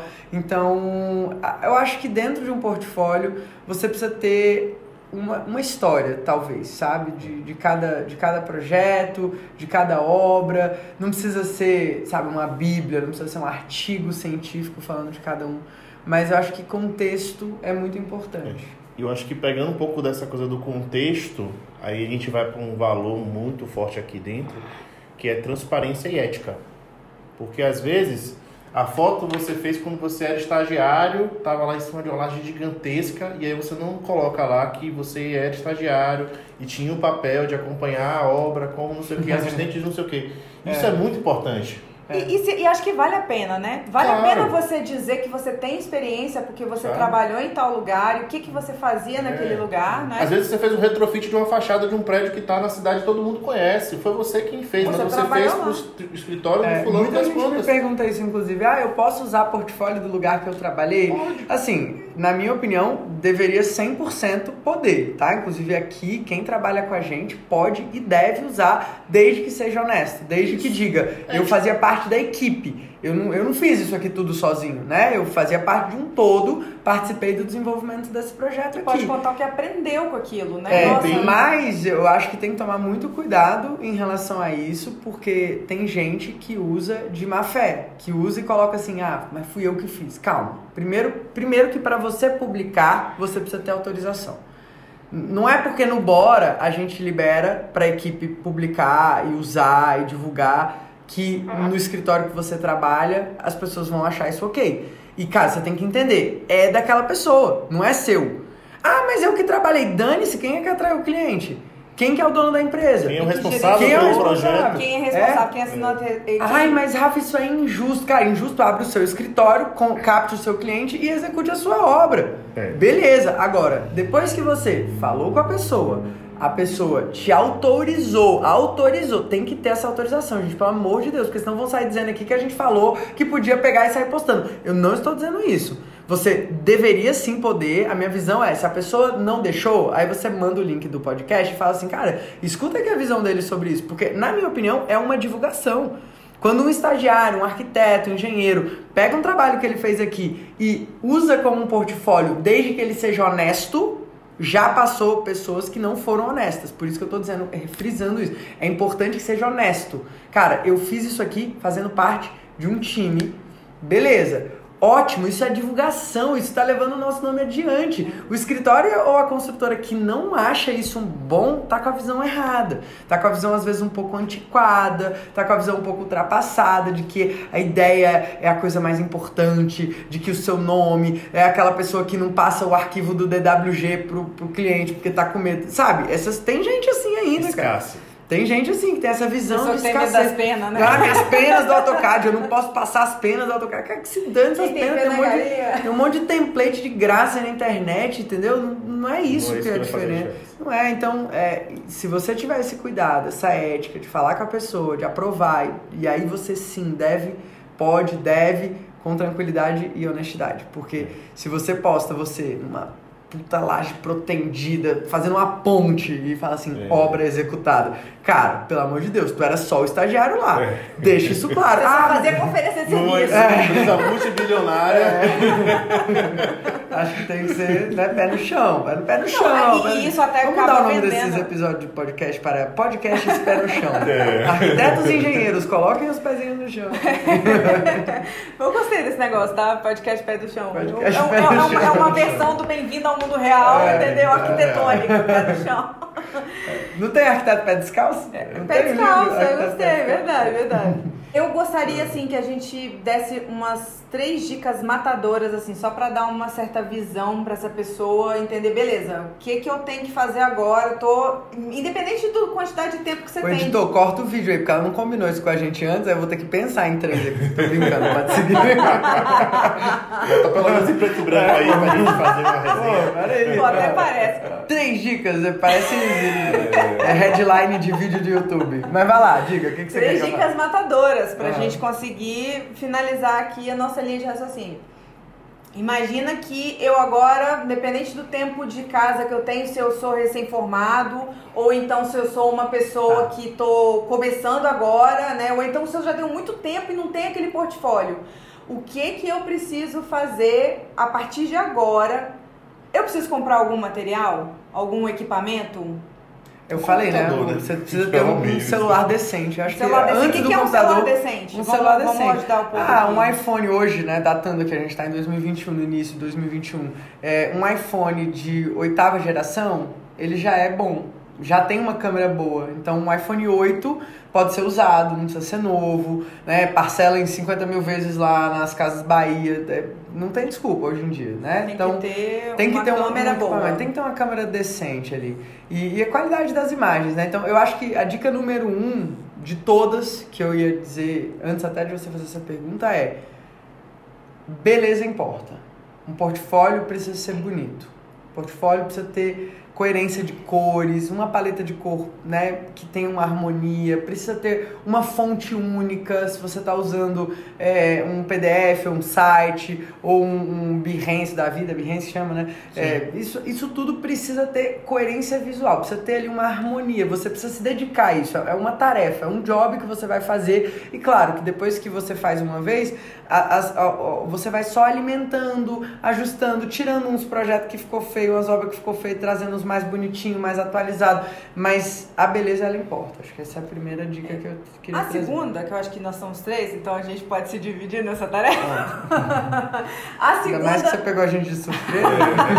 Então, eu acho que dentro de um portfólio você precisa ter uma, uma história, talvez, sabe? De, de, cada, de cada projeto, de cada obra. Não precisa ser, sabe, uma bíblia, não precisa ser um artigo científico falando de cada um. Mas eu acho que contexto é muito importante. Eu acho que pegando um pouco dessa coisa do contexto, aí a gente vai para um valor muito forte aqui dentro, que é transparência e ética. Porque às vezes a foto você fez quando você era estagiário, estava lá em cima de uma laje gigantesca, e aí você não coloca lá que você era estagiário e tinha o papel de acompanhar a obra como não sei o que, assistente de não sei o que. Isso é, é muito importante. É. E, e, e acho que vale a pena, né? Vale claro. a pena você dizer que você tem experiência porque você claro. trabalhou em tal lugar, e o que, que você fazia é. naquele lugar, né? Às vezes você fez um retrofit de uma fachada de um prédio que está na cidade e todo mundo conhece. Foi você quem fez, você mas você fez para o escritório é, do fulano muita das gente contas. me pergunta isso, inclusive. Ah, eu posso usar portfólio do lugar que eu trabalhei? Pode. Assim, na minha opinião, deveria cem por cento poder, tá? Inclusive aqui, quem trabalha com a gente pode e deve usar, desde que seja honesto, desde isso. que diga, é. eu fazia parte da equipe. Eu não, eu não fiz isso aqui tudo sozinho, né? Eu fazia parte de um todo, participei do desenvolvimento desse projeto aqui. Pode contar o que aprendeu com aquilo, né? É, Nossa. Mas eu acho que tem que tomar muito cuidado em relação a isso, porque tem gente que usa de má fé, que usa e coloca assim, ah, mas fui eu que fiz. Calma. Primeiro, primeiro que para você publicar, você precisa ter autorização. Não é porque no Bora a gente libera para a equipe publicar e usar e divulgar que no escritório que você trabalha as pessoas vão achar isso ok. E, cara, você tem que entender, é daquela pessoa, não é seu. Ah, mas eu que trabalhei, dane-se, quem é que atrai o cliente? Quem que é o dono da empresa? Quem é o responsável quem pelo é o projeto? Quem é responsável, é? quem assinou a... Quem... Ai, mas Rafa, isso é injusto. Cara, injusto, abre o seu escritório, capte o seu cliente e execute a sua obra. É. Beleza, agora, depois que você falou com a pessoa, a pessoa te autorizou, autorizou, tem que ter essa autorização, gente, pelo amor de Deus, porque senão vão sair dizendo aqui que a gente falou que podia pegar e sair postando. Eu não estou dizendo isso. Você deveria sim poder, a minha visão é, se a pessoa não deixou, aí você manda o link do podcast e fala assim, cara, escuta aqui a visão dele sobre isso, porque na minha opinião é uma divulgação. Quando um estagiário, um arquiteto, um engenheiro pega um trabalho que ele fez aqui e usa como um portfólio, desde que ele seja honesto, já passou pessoas que não foram honestas. Por isso que eu tô dizendo, frisando isso. É importante que seja honesto. Cara, eu fiz isso aqui fazendo parte de um time. Beleza. Ótimo, isso é divulgação, isso está levando o nosso nome adiante. O escritório ou a construtora que não acha isso bom, tá com a visão errada. Tá com a visão, às vezes, um pouco antiquada, tá com a visão um pouco ultrapassada, de que a ideia é a coisa mais importante, de que o seu nome é aquela pessoa que não passa o arquivo do D W G pro, pro cliente porque tá com medo. Sabe? Essas, tem gente assim ainda, Escasse. cara. Tem gente assim, que tem essa visão de escassez. Das penas, né? Ah, minhas penas do AutoCAD, eu não posso passar as penas do AutoCAD. Cara, que se dane essas penas. Tem, um monte de, tem um monte de template de graça na internet, entendeu? Não, não é isso não que é a diferença. Não é, então, é, se você tiver esse cuidado, essa ética de falar com a pessoa, de aprovar, e, e aí você sim deve, pode, deve, com tranquilidade e honestidade. Porque se você posta você numa puta laje protendida, fazendo uma ponte e fala assim, é. obra executada. Cara, pelo amor de Deus, tu era só o estagiário lá. É. Deixa isso claro. Você ah, só fazia conferência de serviço. É. Empresa multibilionária. É. Acho que tem que ser né, pé no chão. Pé no, pé no chão. Não, pé no... Isso até Vamos acaba dar o nome vendendo. desses episódios de podcast para podcasts pé no chão. É. Arquitetos e engenheiros, coloquem os pezinhos no chão. Eu gostei desse negócio, tá? Podcast pé do chão. Podcast é, pé é, no é, chão. Uma, é uma versão do Bem-vindo ao Mundo Real, é, entendeu? Arquitetônica, é. pé do chão. Não tem arquiteto pé descalço? É, pé descalço, eu gostei, verdade, verdade. Eu gostaria, assim, que a gente desse umas três dicas matadoras, assim, só pra dar uma certa visão pra essa pessoa entender, beleza, o que que eu tenho que fazer agora? Eu tô, independente da quantidade de tempo que você o tem. Editor, corta o vídeo aí, porque ela não combinou isso com a gente antes, aí eu vou ter que pensar em três aqui. Tô brincando, pode seguir. Bota pelo menos em preto e branco aí pra gente fazer uma resenha. Pera aí. Pô, até parece. Três dicas, parece é, headline de vídeo do YouTube. Mas vai lá, diga, o que, que você Três quer que eu dicas faça? matadoras pra Ah. gente conseguir finalizar aqui a nossa linha de raciocínio. Imagina que eu agora, independente do tempo de casa que eu tenho, se eu sou recém-formado, ou então se eu sou uma pessoa Tá. que tô começando agora, né? Ou então se eu já tenho muito tempo e não tenho aquele portfólio. O que que eu preciso fazer a partir de agora? Eu preciso comprar algum material? Algum equipamento? Eu falei, né? computador, né? Você precisa ter Pelo um menos. celular decente. Eu acho Celular que decente. antes O que do que é um computador, celular decente? Um Vamos- celular vamos decente. ajudar o povo Ah, aqui. um iPhone hoje, né? Datando que a gente está em dois mil e vinte e um, no início de dois mil e vinte e um. É, um iPhone de oitava geração, ele já é bom. Já tem uma câmera boa. Então, um iPhone oito pode ser usado, não precisa ser novo, né? Parcela em cinquenta mil vezes lá nas Casas Bahia. É, não tem desculpa hoje em dia, né? Tem então, que ter tem que uma ter uma câmera um boa. equipamento, tem que ter uma câmera decente ali. E, e a qualidade das imagens, né? Então, eu acho que a dica número um de todas, que eu ia dizer antes até de você fazer essa pergunta, é: beleza importa. Um portfólio precisa ser bonito. Um portfólio precisa ter coerência de cores, uma paleta de cor, né, que tenha uma harmonia, precisa ter uma fonte única, se você está usando é, um P D F, ou um site, ou um, um Behance da vida, Behance chama, né? É, isso, isso tudo precisa ter coerência visual, precisa ter ali uma harmonia, você precisa se dedicar a isso, é uma tarefa, é um job que você vai fazer, e claro que depois que você faz uma vez, a, a, a, você vai só alimentando, ajustando, tirando uns projetos que ficou feio, umas obras que ficou feio, trazendo os mais bonitinho, mais atualizado, mas a beleza ela importa. Acho que essa é a primeira dica que eu queria A trazer. segunda, que eu acho que nós somos três, então a gente pode se dividir nessa tarefa. A Ainda mais que você segunda, pegou a gente de surpresa.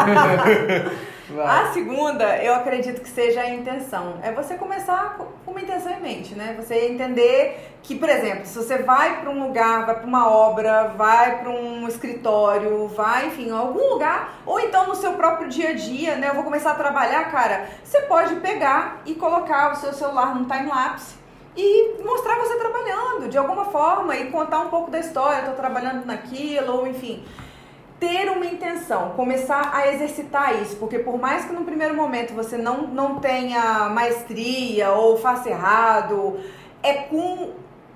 Vai. a segunda, eu acredito que seja a intenção. É você começar com uma intenção em mente, né? Você entender que, por exemplo, se você vai para um lugar, vai para uma obra, vai para um escritório, vai, enfim, em algum lugar, ou então no seu próprio dia a dia, né? Eu vou começar a trabalhar, cara, você pode pegar e colocar o seu celular num time-lapse e mostrar você trabalhando de alguma forma e contar um pouco da história, eu tô trabalhando naquilo, ou enfim, ter uma intenção, começar a exercitar isso, porque por mais que no primeiro momento você não, não tenha maestria ou faça errado, é com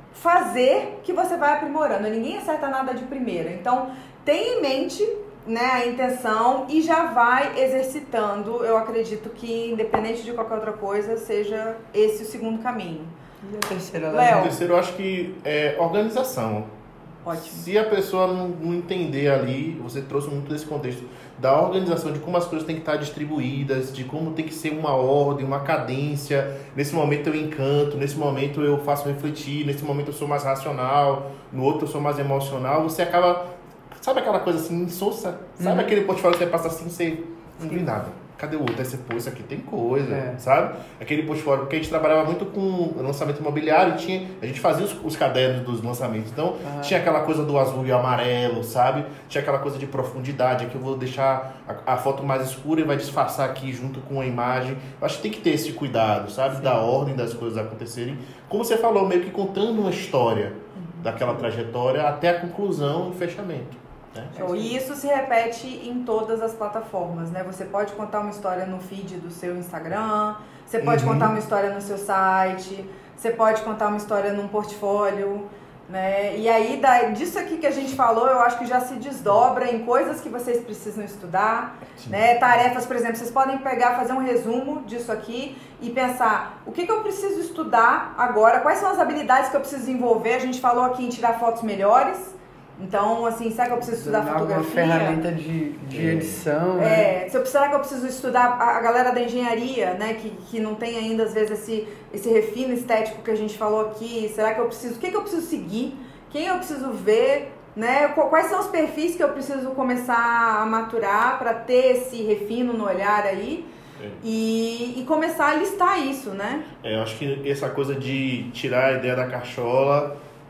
fazer que você vai aprimorando, ninguém acerta nada de primeira, então tenha em mente, né, a intenção e já vai exercitando. Eu acredito que independente de qualquer outra coisa, seja esse o segundo caminho. E a terceira, Léo. O terceiro, eu acho que é organização. Ótimo. Se a pessoa não, não entender ali, você trouxe muito desse contexto da organização, de como as coisas têm que estar distribuídas, de como tem que ser uma ordem, uma cadência. Nesse momento eu encanto, nesse momento eu faço refletir, nesse momento eu sou mais racional, no outro eu sou mais emocional. Você acaba, sabe aquela coisa assim, insossa? Sabe Uhum. aquele portfólio que você passa assim, você não viu nada. Cadê o outro? Aí você, pô, isso aqui tem coisa, É. sabe? Aquele portfólio, porque a gente trabalhava muito com lançamento imobiliário, tinha, a gente fazia os, os cadernos dos lançamentos, então Ah. tinha aquela coisa do azul e amarelo, sabe? Tinha aquela coisa de profundidade, aqui eu vou deixar a, a foto mais escura e vai disfarçar aqui junto com a imagem. Eu acho que tem que ter esse cuidado, sabe? Sim. Da ordem das coisas acontecerem. Como você falou, meio que contando uma história daquela trajetória até a conclusão e fechamento. Né? Show. E isso se repete em todas as plataformas, né? Você pode contar uma história no feed do seu Instagram, você pode Uhum. contar uma história no seu site, você pode contar uma história num portfólio, né? E aí, da, disso aqui que a gente falou, eu acho que já se desdobra em coisas que vocês precisam estudar, né? Tarefas, por exemplo, vocês podem pegar, fazer um resumo disso aqui e pensar, o que, que eu preciso estudar agora, quais são as habilidades que eu preciso desenvolver. A gente falou aqui em tirar fotos melhores. Então, assim, será que eu preciso estudar Alguma fotografia? ferramenta de, de É. edição, né? É, se eu precisar que eu preciso estudar a, a galera da engenharia, né, que, que não tem ainda, às vezes, esse, esse refino estético que a gente falou aqui, será que eu preciso, o que, que eu preciso seguir, quem eu preciso ver, né, quais são os perfis que eu preciso começar a maturar para ter esse refino no olhar aí, É. e, e começar a listar isso, né? É, eu acho que essa coisa de tirar a ideia da cachola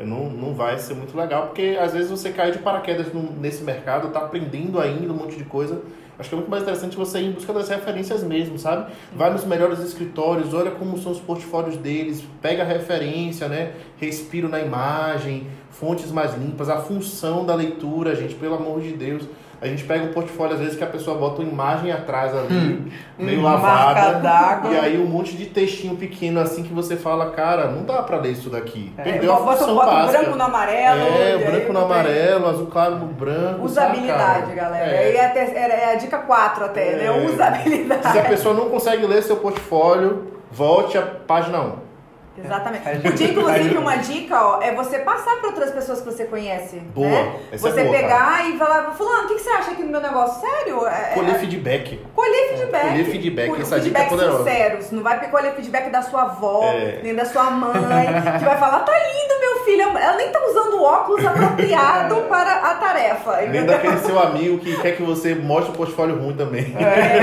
não, não vai ser muito legal, porque às vezes você cai de paraquedas no, nesse mercado, tá aprendendo ainda um monte de coisa. Acho que é muito mais interessante você ir em busca das referências mesmo, sabe? Vai nos melhores escritórios, olha como são os portfólios deles, pega a referência, né? Respiro na imagem, fontes mais limpas, a função da leitura, gente, pelo amor de Deus. A gente pega um portfólio, às vezes, que a pessoa bota uma imagem atrás ali, hum, meio lavada, e aí um monte de textinho pequeno, assim, que você fala, cara, não dá pra ler isso daqui. É, Perdeu a função bota básica. Branco no amarelo. É, branco no amarelo, azul claro no branco. Usabilidade, sabe, galera. É. É, até, é a dica quatro até, é. né? Usabilidade. Se a pessoa não consegue ler seu portfólio, volte à página um. Exatamente. Podia, inclusive, uma dica, ó, é você passar para outras pessoas que você conhece. Boa. Né? Essa você é boa, pegar cara. e falar, fulano, o que, que você acha aqui no meu negócio? Sério? É, colher feedback. Colher feedback. Colher feedback. Colher Essa feedback dica é poderosa. sinceros. Não vai colher feedback da sua avó, é. nem da sua mãe, que vai falar, tá lindo, meu filho. Ela nem tá usando o óculos apropriado para a tarefa. Nem daquele seu amigo que quer que você mostre o portfólio ruim também.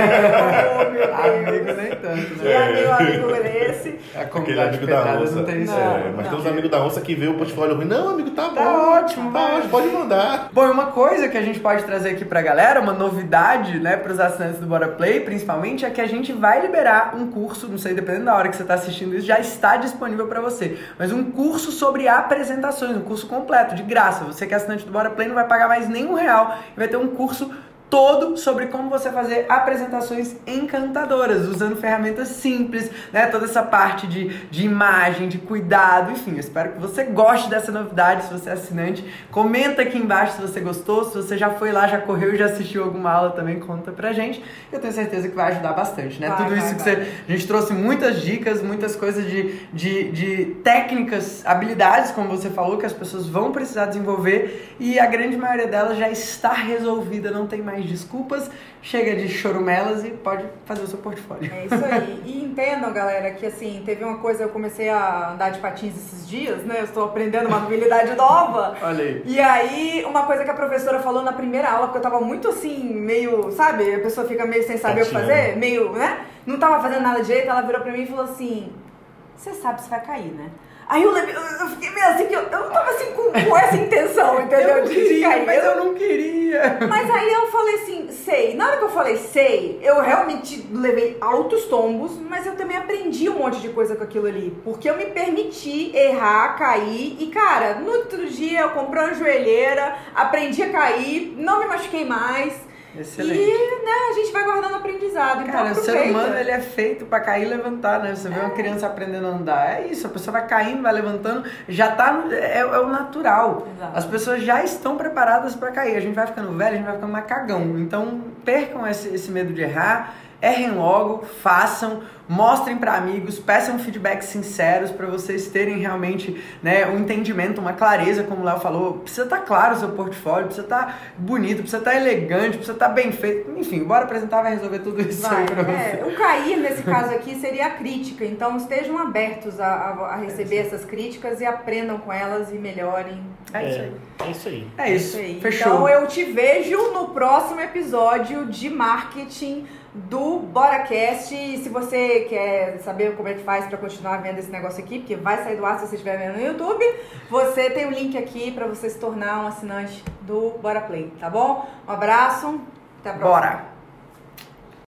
É, oh, meu Deus. Amigo nem tanto, né? E amigo, amigo esse. Aquele amigo da onça. Não tem isso. É, mas não. tem uns amigos da onça que vê o portfólio ruim. Não, amigo, tá, tá bom. ótimo, tá ótimo, pode mandar. Bom, e uma coisa que a gente pode trazer aqui pra galera, uma novidade, né, pros assinantes do Bora Play, principalmente, é que a gente vai liberar um curso, não sei, dependendo da hora que você tá assistindo isso, já está disponível pra você. Mas um curso sobre apresentações, um curso completo, de graça. Você que é assinante do Bora Play não vai pagar mais nenhum real e vai ter um curso todo sobre como você fazer apresentações encantadoras, usando ferramentas simples, né? Toda essa parte de, de imagem, de cuidado, enfim, eu espero que você goste dessa novidade, se você é assinante. Comenta aqui embaixo se você gostou, se você já foi lá, já correu, já assistiu alguma aula também, conta pra gente. Eu tenho certeza que vai ajudar bastante, né? Vai, Tudo vai, isso que vai. você... A gente trouxe muitas dicas, muitas coisas de, de, de técnicas, habilidades, como você falou, que as pessoas vão precisar desenvolver e a grande maioria delas já está resolvida, não tem mais desculpas, chega de chorumelas e pode fazer o seu portfólio. É isso aí. E entendam, galera, que assim, teve uma coisa, eu comecei a andar de patins esses dias, né? Eu estou aprendendo uma habilidade nova. Olha aí. E aí, uma coisa que a professora falou na primeira aula, porque eu tava muito assim, meio, sabe? A pessoa fica meio sem saber Patinha. o que fazer, meio, né? Não tava fazendo nada direito, ela virou pra mim e falou assim, você sabe que você vai cair, né? Aí eu, lembro, eu fiquei meio assim, que eu, eu não tava assim com, com essa intenção, entendeu? Eu não queria, cair. mas eu não queria. Mas aí eu falei assim, sei. Na hora que eu falei sei, eu realmente levei altos tombos, mas eu também aprendi um monte de coisa com aquilo ali. Porque eu me permiti errar, cair. E, cara, no outro dia eu comprei uma joelheira, aprendi a cair, não me machuquei mais. Excelente. E, né, a gente vai guardando aprendizado. Então, cara, o ser aproveita. humano, ele é feito pra cair e levantar, né? Você vê uma criança aprendendo a andar, é isso, a pessoa vai caindo, vai levantando, já tá, é, é o natural. Exato. As pessoas já estão preparadas pra cair, a gente vai ficando velho, a gente vai ficando macagão. Então, percam esse, esse medo de errar, errem logo, façam, mostrem para amigos, peçam feedbacks sinceros para vocês terem realmente, né, um entendimento, uma clareza, como o Léo falou. Precisa estar claro o seu portfólio, precisa estar bonito, precisa estar elegante, precisa estar bem feito. Enfim, bora apresentar, vai resolver tudo isso Vai, aí pra é, você. o cair, nesse caso aqui, seria a crítica. Então, estejam abertos a, a, a receber essas críticas e aprendam com elas e melhorem. É isso aí. É isso aí. É isso, aí. fechou. Então, eu te vejo no próximo episódio de marketing do BoraCast. E se você quer saber como é que faz para continuar vendo esse negócio aqui, porque vai sair do ar se você estiver vendo no YouTube, você tem o link aqui para você se tornar um assinante do Bora Play, tá bom? Um abraço, até a próxima. Bora!